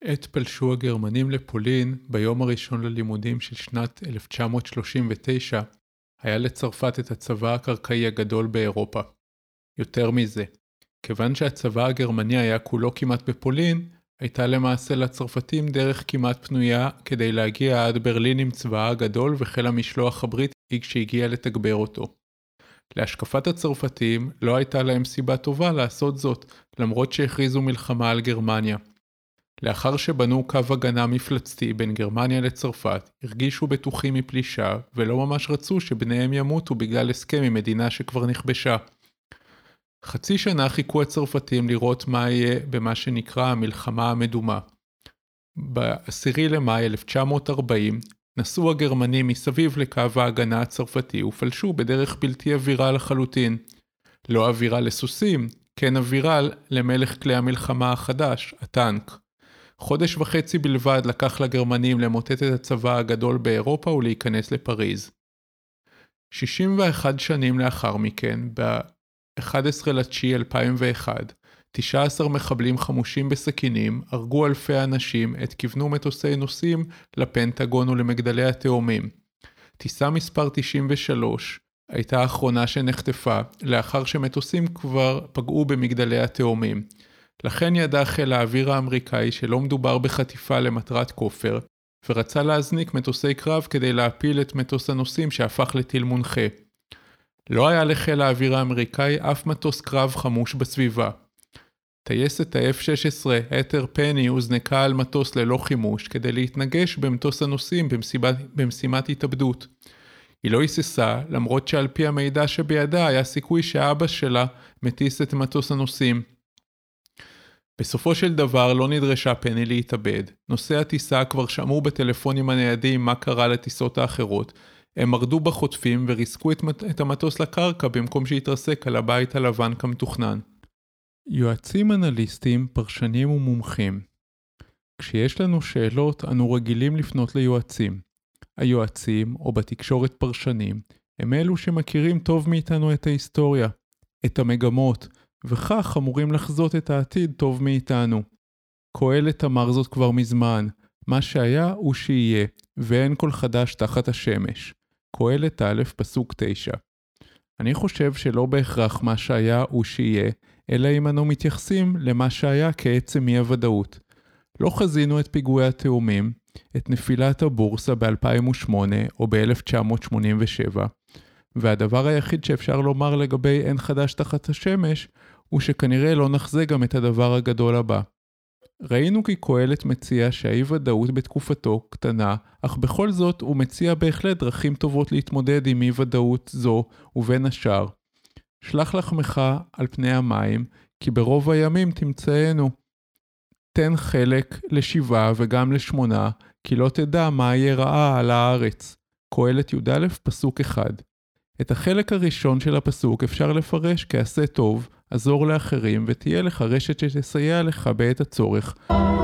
עת פלשו הגרמנים לפולין ביום הראשון ללימודים של שנת 1939, היה לצרפת את הצבא הקרקעי הגדול באירופה. יותר מזה, כיוון שהצבא הגרמני היה כולו כמעט בפולין, הייתה למעשה לצרפתים דרך כמעט פנויה כדי להגיע עד ברלין עם צבאה הגדול וחיל המשלוח הבריטי כשהגיע לתגבר אותו. להשקפת הצרפתים לא הייתה להם סיבה טובה לעשות זאת, למרות שהכריזו מלחמה על גרמניה. לאחר שבנו קו הגנה מפלצתי בין גרמניה לצרפת, הרגישו בטוחים מפלישה ולא ממש רצו שבניהם ימותו בגלל הסכם עם מדינה שכבר נכבשה. חצי שנה חיכו הצרפתים לראות מה יהיה במה שנקרא המלחמה המדומה. ב-10 למאי 1940 נסעו הגרמנים מסביב לקו ההגנה הצרפתי ופלשו בדרך בלתי אווירה לחלוטין. לא אווירה לסוסים, כן אווירה למלך כלי המלחמה החדש, הטנק. חודש וחצי בלבד לקח לגרמנים למוטט את הצבא הגדול באירופה ולהיכנס לפריז. 61 שנים לאחר מכן, ב-11/9/2001, 19 מחבלים חמושים בסכינים הרגו אלפי אנשים את כיוונו מטוסי נוסעים לפנטגון ולמגדלי התאומים. טיסה מספר 93 הייתה האחרונה שנחטפה לאחר שמטוסים כבר פגעו במגדלי התאומים. לכן ידע חיל האוויר האמריקאי שלא מדובר בחטיפה למטרת כופר, ורצה להזניק מטוסי קרב כדי להפיל את מטוס הנוסעים שהפך לטיל מונחה. לא היה לחיל האוויר האמריקאי אף מטוס קרב חמוש בסביבה. טייסת ה-F-16 התר פני הוזנקה על מטוס ללא חימוש כדי להתנגש במטוס הנוסעים במשימת התאבדות. היא לא היססה, למרות שעל פי המידע שבידה היה סיכוי שאבא שלה מטיס את מטוס הנוסעים. בסופו של דבר לא נדרשה פני להתאבד. נושאי הטיסה כבר שמעו בטלפונים הניידים מה קרה לטיסות האחרות. הם מרדו בחוטפים וריסקו את המטוס לקרקע במקום שיתרסק על הבית הלבן כמתוכנן. יועצים אנליסטים, פרשנים ומומחים. כשיש לנו שאלות, אנו רגילים לפנות ליועצים. היועצים, או בתקשורת פרשנים, הם אלו שמכירים טוב מאיתנו את ההיסטוריה, את המגמות, וכך אמורים לחזות את העתיד טוב מאיתנו. קהלת אמר זאת כבר מזמן, מה שהיה הוא שיהיה, ואין כל חדש תחת השמש. קהלת א' פסוק 9. אני חושב שלא בהכרח מה שהיה הוא שיהיה, אלא אם אנו מתייחסים למה שהיה כעצם אי הוודאות. לא חזינו את פיגועי התאומים, את נפילת הבורסה ב-2008 או ב-1987, והדבר היחיד שאפשר לומר לגבי אין חדש תחת השמש, הוא שכנראה לא נחזה גם את הדבר הגדול הבא. ראינו כי קהלת מציע שהאי ודאות בתקופתו קטנה, אך בכל זאת הוא מציע בהחלט דרכים טובות להתמודד עם אי ודאות זו, ובין השאר. שלח לחמך על פני המים, כי ברוב הימים תמצאנו. תן חלק לשבעה וגם לשמונה, כי לא תדע מה יהיה רעה על הארץ. קהלת י"א פסוק 1. את החלק הראשון של הפסוק אפשר לפרש כעשה טוב, עזור לאחרים ותהיה לך רשת שתסייע לך בעת הצורך.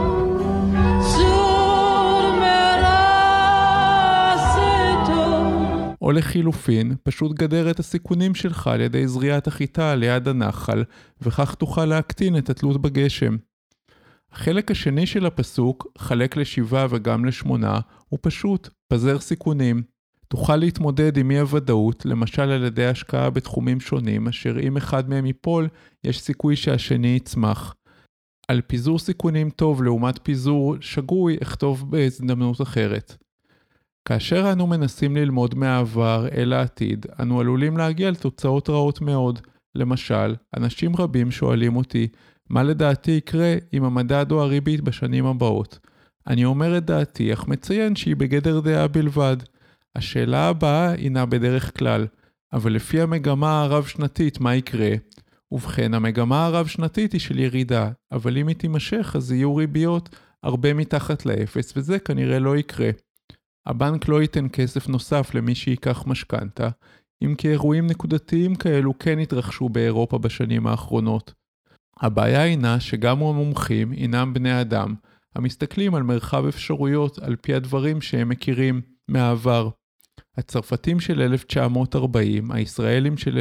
או לחילופין, פשוט גדר את הסיכונים שלך על ידי זריעת החיטה ליד הנחל, וכך תוכל להקטין את התלות בגשם. החלק השני של הפסוק, חלק לשבעה וגם לשמונה, הוא פשוט, פזר סיכונים. תוכל להתמודד עם אי הוודאות, למשל על ידי השקעה בתחומים שונים, אשר אם אחד מהם ייפול, יש סיכוי שהשני יצמח. על פיזור סיכונים טוב לעומת פיזור שגוי, אכתוב בהזדמנות אחרת. כאשר אנו מנסים ללמוד מהעבר אל העתיד, אנו עלולים להגיע לתוצאות רעות מאוד. למשל, אנשים רבים שואלים אותי, מה לדעתי יקרה עם המדד או הריבית בשנים הבאות? אני אומר את דעתי, אך מציין שהיא בגדר דעה בלבד. השאלה הבאה הינה בדרך כלל, אבל לפי המגמה הרב-שנתית מה יקרה? ובכן, המגמה הרב-שנתית היא של ירידה, אבל אם היא תימשך אז יהיו ריביות הרבה מתחת לאפס, וזה כנראה לא יקרה. הבנק לא ייתן כסף נוסף למי שיקח משכנתה, אם כי אירועים נקודתיים כאלו כן התרחשו באירופה בשנים האחרונות. הבעיה הינה שגם המומחים הינם בני אדם, המסתכלים על מרחב אפשרויות על פי הדברים שהם מכירים מהעבר. הצרפתים של 1940, הישראלים של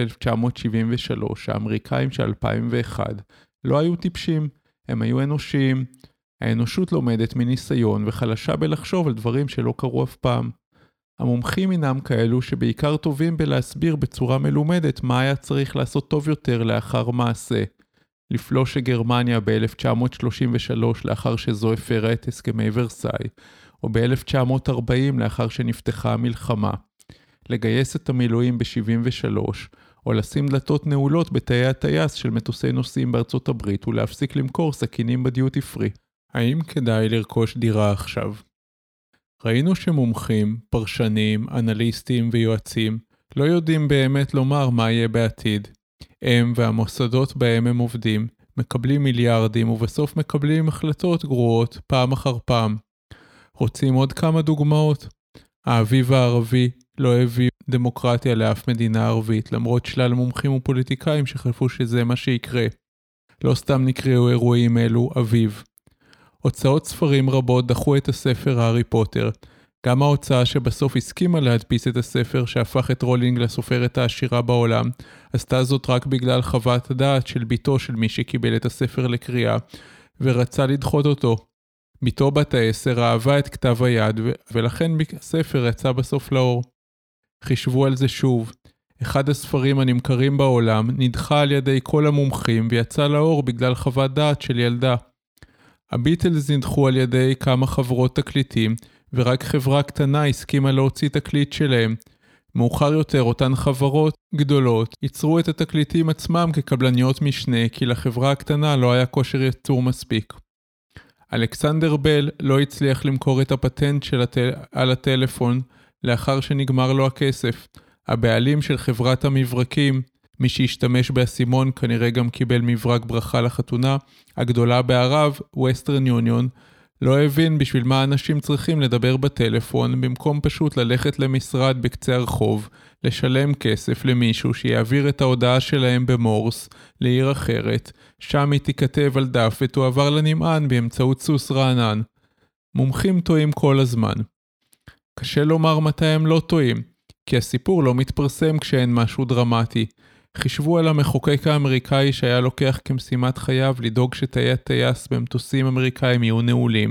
1973, האמריקאים של 2001, לא היו טיפשים, הם היו אנושיים. האנושות לומדת מניסיון וחלשה בלחשוב על דברים שלא קרו אף פעם. המומחים אינם כאלו שבעיקר טובים בלהסביר בצורה מלומדת מה היה צריך לעשות טוב יותר לאחר מעשה. לפלוש גרמניה ב-1933 לאחר שזו הפרה את הסכמי ורסאי, או ב-1940 לאחר שנפתחה המלחמה. לגייס את המילואים ב-73, או לשים דלתות נעולות בתאי הטייס של מטוסי נוסעים בארצות הברית ולהפסיק למכור סכינים בדיוטי פרי. האם כדאי לרכוש דירה עכשיו? ראינו שמומחים, פרשנים, אנליסטים ויועצים לא יודעים באמת לומר מה יהיה בעתיד. הם והמוסדות בהם הם עובדים, מקבלים מיליארדים ובסוף מקבלים החלטות גרועות פעם אחר פעם. רוצים עוד כמה דוגמאות? האביב הערבי לא הביא דמוקרטיה לאף מדינה ערבית, למרות שלל מומחים ופוליטיקאים שחלפו שזה מה שיקרה. לא סתם נקראו אירועים אלו אביב. הוצאות ספרים רבות דחו את הספר הארי פוטר. גם ההוצאה שבסוף הסכימה להדפיס את הספר שהפך את רולינג לסופרת העשירה בעולם, עשתה זאת רק בגלל חוות הדעת של ביתו של מי שקיבל את הספר לקריאה, ורצה לדחות אותו. ביתו בת 10 אהבה את כתב היד, ולכן הספר יצא בסוף לאור. חישבו על זה שוב. אחד הספרים הנמכרים בעולם נדחה על ידי כל המומחים ויצא לאור בגלל חוות דעת של ילדה. הביטלס נדחו על ידי כמה חברות תקליטים, ורק חברה קטנה הסכימה להוציא תקליט שלהם. מאוחר יותר אותן חברות גדולות ייצרו את התקליטים עצמם כקבלניות משנה, כי לחברה הקטנה לא היה כושר ייצור מספיק. אלכסנדר בל לא הצליח למכור את הפטנט על הטלפון לאחר שנגמר לו הכסף. הבעלים של חברת המברקים, מי שהשתמש באסימון כנראה גם קיבל מברק ברכה לחתונה, הגדולה בערב, ווסטרן יוניון, לא הבין בשביל מה אנשים צריכים לדבר בטלפון, במקום פשוט ללכת למשרד בקצה הרחוב, לשלם כסף למישהו שיעביר את ההודעה שלהם במורס לעיר אחרת, שם היא תיכתב על דף ותועבר לנמען באמצעות סוס רענן. מומחים טועים כל הזמן. קשה לומר מתי הם לא טועים, כי הסיפור לא מתפרסם כשאין משהו דרמטי. חישבו על המחוקק האמריקאי שהיה לוקח כמשימת חייו לדאוג שתאי הטייס במטוסים אמריקאים יהיו נעולים.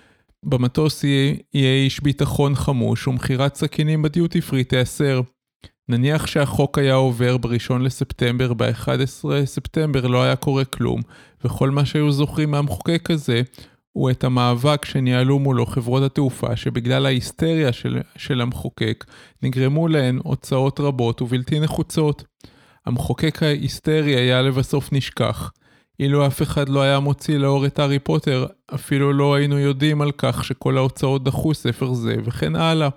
במטוס יהיה איש ביטחון חמוש ומחירת סכינים בדיוטי פרי תיאסר. נניח שהחוק היה עובר ב-1 לספטמבר, ב-11 לספטמבר לא היה קורה כלום, וכל מה שהיו זוכרים מהמחוקק הזה הוא את המאבק שניהלו מולו חברות התעופה, שבגלל ההיסטריה של המחוקק נגרמו להן הוצאות רבות ובלתי נחוצות. המחוקק ההיסטרי היה לבסוף נשכח. אילו אף אחד לא היה מוציא לאור את הארי פוטר, אפילו לא היינו יודעים על כך שכל ההוצאות דחו ספר זה, וכן הלאה.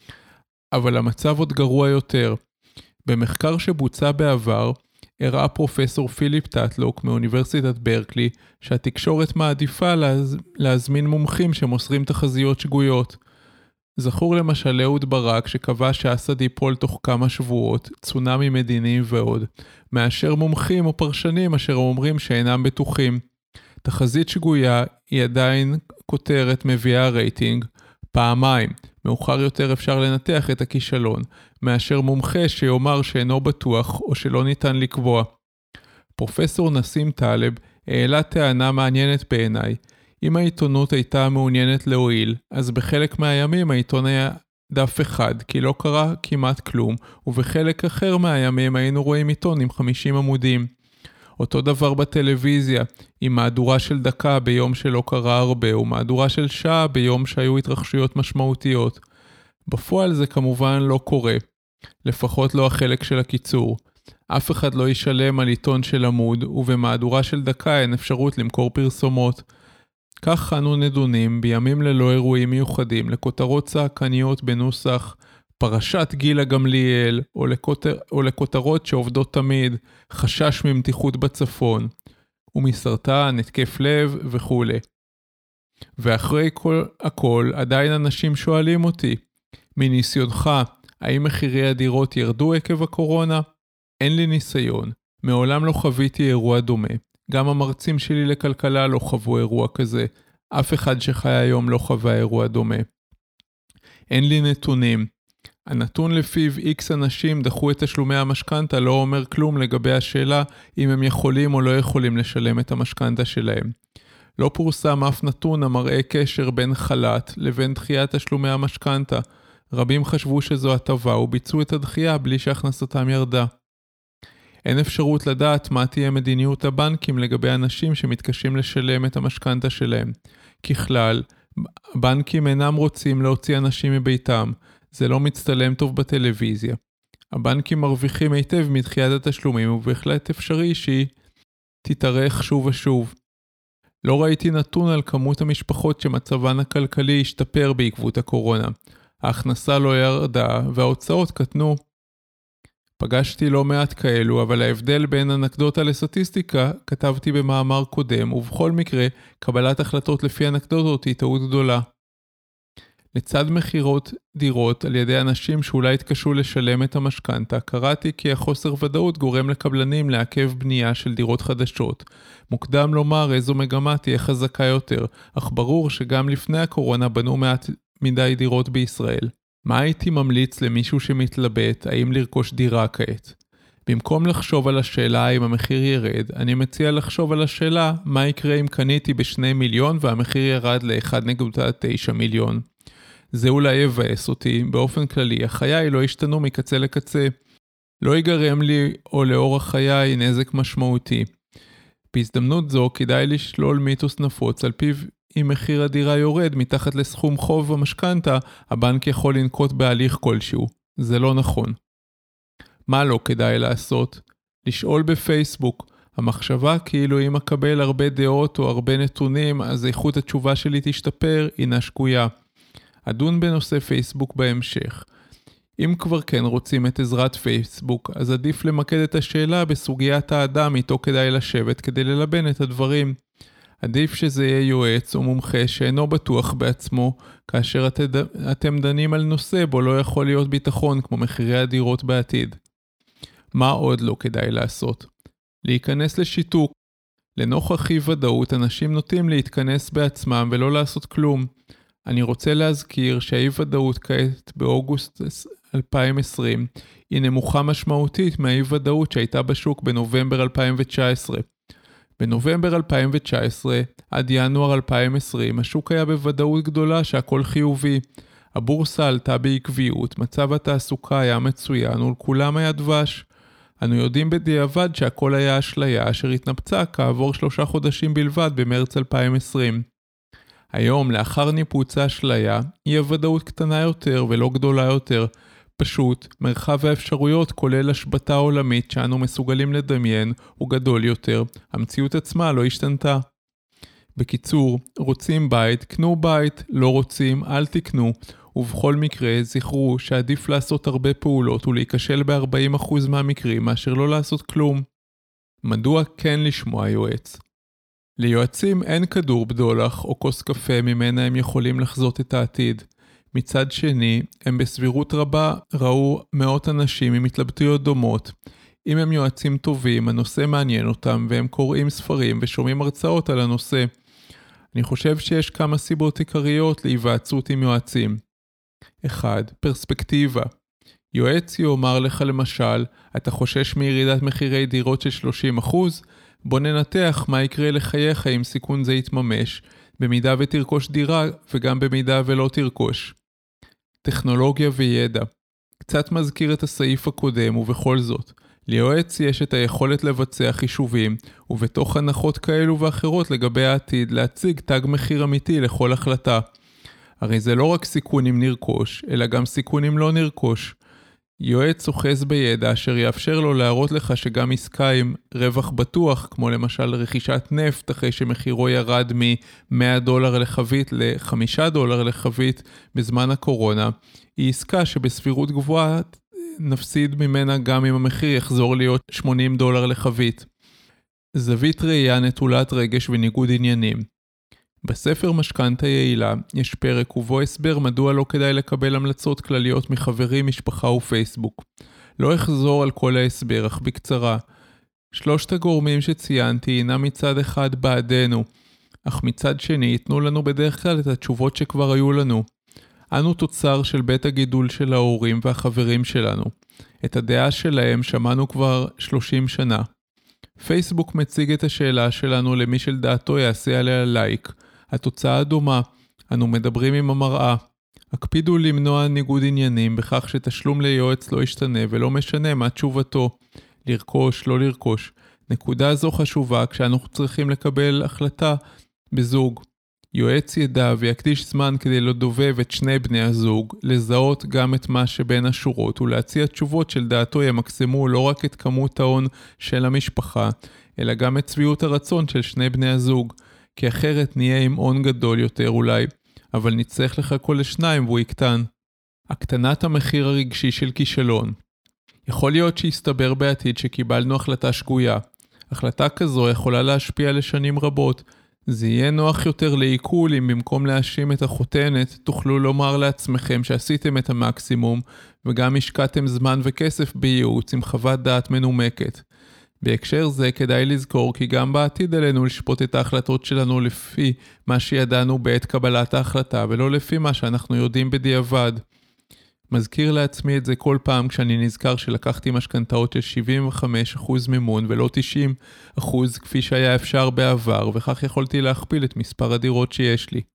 אבל המצב עוד גרוע יותר. במחקר שבוצע בעבר, הראה פרופסור פיליפ טטלוק מאוניברסיטת ברקלי, שהתקשורת מעדיפה להזמין מומחים שמוסרים תחזיות שגויות. זכור למשל לאהוד ברק שקבע שאסד ייפול תוך כמה שבועות, צונאמי מדיני ועוד, מאשר מומחים או פרשנים אשר אומרים שאינם בטוחים. תחזית שגויה היא עדיין כותרת מביאה רייטינג, פעמיים, מאוחר יותר אפשר לנתח את הכישלון, מאשר מומחה שיאמר שאינו בטוח או שלא ניתן לקבוע. פרופסור נסים טלב העלה טענה מעניינת בעיניי. אם העיתונות הייתה מעוניינת להועיל, אז בחלק מהימים העיתון היה דף אחד, כי לא קרה כמעט כלום, ובחלק אחר מהימים היינו רואים עיתון עם 50 עמודים. אותו דבר בטלוויזיה, עם מהדורה של דקה ביום שלא קרה הרבה, ומהדורה של שעה ביום שהיו התרחשויות משמעותיות. בפועל זה כמובן לא קורה, לפחות לא החלק של הקיצור. אף אחד לא ישלם על עיתון של עמוד, ובמהדורה של דקה אין אפשרות למכור פרסומות. כך אנו נדונים בימים ללא אירועים מיוחדים לכותרות צעקניות בנוסח פרשת גילה גמליאל, או לכותרות שעובדות תמיד, חשש ממתיחות בצפון, ומסרטן, התקף לב וכו'. ואחרי הכל עדיין אנשים שואלים אותי, מניסיונך, האם מחירי הדירות ירדו עקב הקורונה? אין לי ניסיון, מעולם לא חוויתי אירוע דומה. גם המרצים שלי לכלכלה לא חוו אירוע כזה, אף אחד שחי היום לא חווה אירוע דומה. אין לי נתונים. הנתון לפיו X אנשים דחו את תשלומי המשכנתה לא אומר כלום לגבי השאלה אם הם יכולים או לא יכולים לשלם את המשכנתה שלהם. לא פורסם אף נתון המראה קשר בין חל"ת לבין דחיית תשלומי המשכנתה. רבים חשבו שזו הטבה וביצעו את הדחייה בלי שהכנסתם ירדה. אין אפשרות לדעת מה תהיה מדיניות הבנקים לגבי אנשים שמתקשים לשלם את המשכנתה שלהם. ככלל, בנקים אינם רוצים להוציא אנשים מביתם, זה לא מצטלם טוב בטלוויזיה. הבנקים מרוויחים היטב מדחיית התשלומים ובהחלט אפשרי שהיא תתארך שוב ושוב. לא ראיתי נתון על כמות המשפחות שמצבן הכלכלי השתפר בעקבות הקורונה. ההכנסה לא ירדה וההוצאות קטנו. פגשתי לא מעט כאלו, אבל ההבדל בין אנקדוטה לסטטיסטיקה כתבתי במאמר קודם, ובכל מקרה, קבלת החלטות לפי אנקדוטות היא טעות גדולה. לצד מחירות דירות על ידי אנשים שאולי התקשו לשלם את המשכנתה, קראתי כי החוסר ודאות גורם לקבלנים לעכב בנייה של דירות חדשות. מוקדם לומר איזו מגמה תהיה חזקה יותר, אך ברור שגם לפני הקורונה בנו מעט מדי דירות בישראל. מה הייתי ממליץ למישהו שמתלבט האם לרכוש דירה כעת? במקום לחשוב על השאלה אם המחיר ירד, אני מציע לחשוב על השאלה מה יקרה אם קניתי ב2 מיליון והמחיר ירד ל-1.9 מיליון. זה אולי יבאס אותי, באופן כללי, החיי לא השתנו מקצה לקצה. לא ייגרם לי או לאורח חיי נזק משמעותי. בהזדמנות זו כדאי לשלול מיתוס נפוץ על פיו אם מחיר הדירה יורד מתחת לסכום חוב המשכנתה, הבנק יכול לנקוט בהליך כלשהו. זה לא נכון. מה לא כדאי לעשות? לשאול בפייסבוק. המחשבה כאילו אם אקבל הרבה דעות או הרבה נתונים, אז איכות התשובה שלי תשתפר, הינה שגויה. אדון בנושא פייסבוק בהמשך. אם כבר כן רוצים את עזרת פייסבוק, אז עדיף למקד את השאלה בסוגיית האדם איתו כדאי לשבת כדי ללבן את הדברים. עדיף שזה יהיה יועץ או מומחה שאינו בטוח בעצמו, כאשר אתם דנים על נושא בו לא יכול להיות ביטחון כמו מחירי הדירות בעתיד. מה עוד לא כדאי לעשות? להיכנס לשיתוק. לנוכח אי ודאות אנשים נוטים להתכנס בעצמם ולא לעשות כלום. אני רוצה להזכיר שהאי ודאות כעת באוגוסט 2020 היא נמוכה משמעותית מהאי ודאות שהייתה בשוק בנובמבר 2019. בנובמבר 2019 עד ינואר 2020 השוק היה בוודאות גדולה שהכל חיובי. הבורסה עלתה בעקביות, מצב התעסוקה היה מצוין ולכולם היה דבש. אנו יודעים בדיעבד שהכל היה אשליה אשר התנפצה כעבור 3 חודשים בלבד במרץ 2020. היום, לאחר ניפוץ האשליה, היא הוודאות קטנה יותר ולא גדולה יותר. פשוט, מרחב האפשרויות כולל השבתה עולמית שאנו מסוגלים לדמיין הוא גדול יותר. המציאות עצמה לא השתנתה. בקיצור, רוצים בית, קנו בית, לא רוצים, אל תקנו. ובכל מקרה, זכרו שעדיף לעשות הרבה פעולות ולהיכשל ב-40% מהמקרים מאשר לא לעשות כלום. מדוע כן לשמוע יועץ? ליועצים אין כדור בדולח או כוס קפה ממנה הם יכולים לחזות את העתיד. מצד שני, הם בסבירות רבה ראו מאות אנשים עם התלבטויות דומות. אם הם יועצים טובים, הנושא מעניין אותם והם קוראים ספרים ושומעים הרצאות על הנושא. אני חושב שיש כמה סיבות עיקריות להיוועצות עם יועצים. 1. פרספקטיבה. יועץ יאמר לך למשל, אתה חושש מירידת מחירי דירות של 30%? בוא ננתח מה יקרה לחייך אם סיכון זה יתממש, במידה ותרכוש דירה וגם במידה ולא תרכוש. טכנולוגיה וידע. קצת מזכיר את הסעיף הקודם ובכל זאת. ליועץ יש את היכולת לבצע חישובים, ובתוך הנחות כאלו ואחרות לגבי העתיד להציג תג מחיר אמיתי לכל החלטה. הרי זה לא רק סיכון אם נרכוש, אלא גם סיכון אם לא נרכוש. יועץ אוחז בידע אשר יאפשר לו להראות לך שגם עסקה עם רווח בטוח, כמו למשל רכישת נפט אחרי שמחירו ירד מ$100 לחבית ל$5 לחבית בזמן הקורונה, היא עסקה שבסבירות גבוהה נפסיד ממנה גם אם המחיר יחזור להיות $80 לחבית. זווית ראייה נטולת רגש וניגוד עניינים. בספר משכנתה יעילה יש פרק ובו הסבר מדוע לא כדאי לקבל המלצות כלליות מחברים, משפחה ופייסבוק. לא אחזור על כל ההסבר, אך בקצרה. 3 הגורמים שציינתי הינם מצד אחד בעדנו, אך מצד שני ייתנו לנו בדרך כלל את התשובות שכבר היו לנו. אנו תוצר של בית הגידול של ההורים והחברים שלנו. את הדעה שלהם שמענו כבר 30 שנה. פייסבוק מציג את השאלה שלנו למי שלדעתו יעשה עליה לייק. התוצאה דומה, אנו מדברים עם המראה. הקפידו למנוע ניגוד עניינים בכך שתשלום ליועץ לא ישתנה ולא משנה מה תשובתו. לרכוש, לא לרכוש. נקודה זו חשובה כשאנו צריכים לקבל החלטה בזוג. יועץ ידע ויקדיש זמן כדי לדובב את שני בני הזוג, לזהות גם את מה שבין השורות ולהציע תשובות של דעתו ימקסמו לא רק את כמות ההון של המשפחה, אלא גם את צביעות הרצון של שני בני הזוג, כי אחרת נהיה עם הון גדול יותר אולי, אבל נצטרך לחכות לשניים והוא יקטן. הקטנת המחיר הרגשי של כישלון. יכול להיות שיסתבר בעתיד שקיבלנו החלטה שגויה. החלטה כזו יכולה להשפיע לשנים רבות. זה יהיה נוח יותר לעיכול אם במקום להאשים את החותנת, תוכלו לומר לעצמכם שעשיתם את המקסימום, וגם השקעתם זמן וכסף בייעוץ עם חוות דעת מנומקת. בהקשר זה כדאי לזכור כי גם בעתיד עלינו לשפוט את ההחלטות שלנו לפי מה שידענו בעת קבלת ההחלטה, ולא לפי מה שאנחנו יודעים בדיעבד. מזכיר לעצמי את זה כל פעם כשאני נזכר שלקחתי משכנתאות של 75% מימון ולא 90% כפי שהיה אפשר בעבר, וכך יכולתי להכפיל את מספר הדירות שיש לי.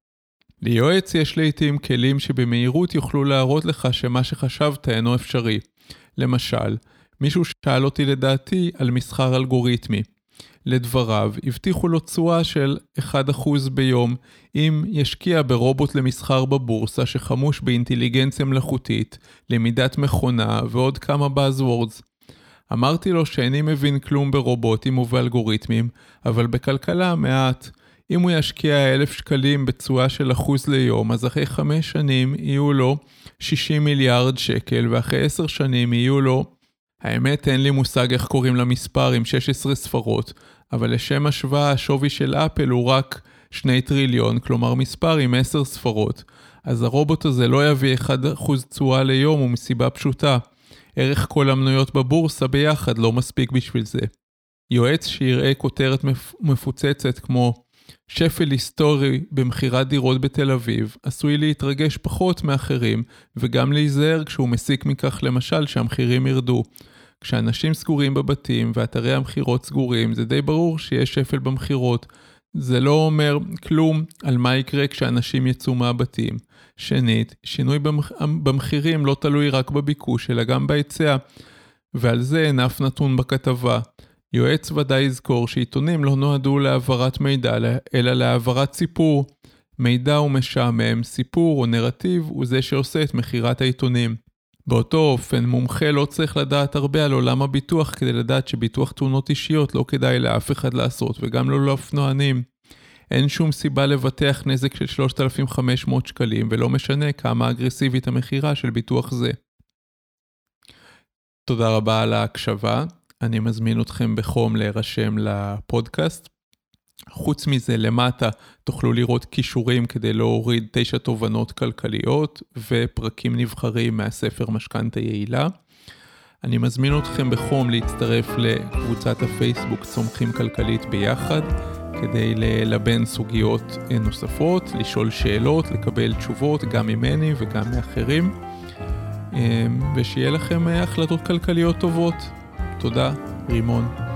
ליועץ יש לעתים כלים שבמהירות יוכלו להראות לך שמה שחשבת אינו אפשרי. למשל, מישהו שאל אותי לדעתי על מסחר אלגוריתמי. לדבריו, הבטיחו לו תשואה של 1% ביום אם ישקיע ברובוט למסחר בבורסה שחמוש באינטליגנציה מלאכותית, למידת מכונה ועוד כמה buzzwords. אמרתי לו שאיני מבין כלום ברובוטים ובאלגוריתמים, אבל בכלכלה מעט. אם הוא ישקיע 1,000 שקלים בתשואה של 1% ליום, אז אחרי 5 שנים יהיו לו 60 מיליארד שקל, ואחרי 10 שנים יהיו לו... האמת אין לי מושג איך קוראים למספר עם 16 ספרות, אבל לשם השוואה השווי של אפל הוא רק 2 טריליון, כלומר מספר עם 10 ספרות. אז הרובוט הזה לא יביא 1% תשואה ליום ומסיבה פשוטה. ערך כל המנויות בבורסה ביחד לא מספיק בשביל זה. יועץ שיראה כותרת מפוצצת כמו שפל היסטורי במחירת דירות בתל אביב, עשוי להתרגש פחות מאחרים, וגם להיזהר כשהוא מסיק מכך למשל שהמחירים ירדו. כשאנשים סגורים בבתים ואתרי המחירות סגורים, זה די ברור שיש שפל במחירות. זה לא אומר כלום על מה יקרה כשאנשים יצאו מהבתים. שנית, שינוי במחירים לא תלוי רק בביקוש, אלא גם בהיצע, ועל זה אין אף נתון בכתבה. יועץ ודאי יזכור שעיתונים לא נועדו להעברת מידע, אלא להעברת סיפור. מידע הוא משעמם, סיפור או נרטיב הוא זה שעושה את מחירת העיתונים. באותו אופן, מומחה לא צריך לדעת הרבה על עולם הביטוח כדי לדעת שביטוח תאונות אישיות לא כדאי לאף אחד לעשות, וגם לא לאופנוענים. אין שום סיבה לבטח נזק של 3,500 שקלים, ולא משנה כמה אגרסיבית המחירה של ביטוח זה. תודה רבה על ההקשבה. אני מזמין אתכם בחום להירשם לפודקאסט. חוץ מזה, למטה תוכלו לראות קישורים כדי להוריד 9 תובנות כלכליות ופרקים נבחרים מהספר משכנתה יעילה. אני מזמין אתכם בחום להצטרף לקבוצת הפייסבוק צומחים כלכלית ביחד, כדי ללבן סוגיות נוספות, לשאול שאלות, לקבל תשובות גם ממני וגם מאחרים, ושיהיה לכם החלטות כלכליות טובות. תודה, רימון.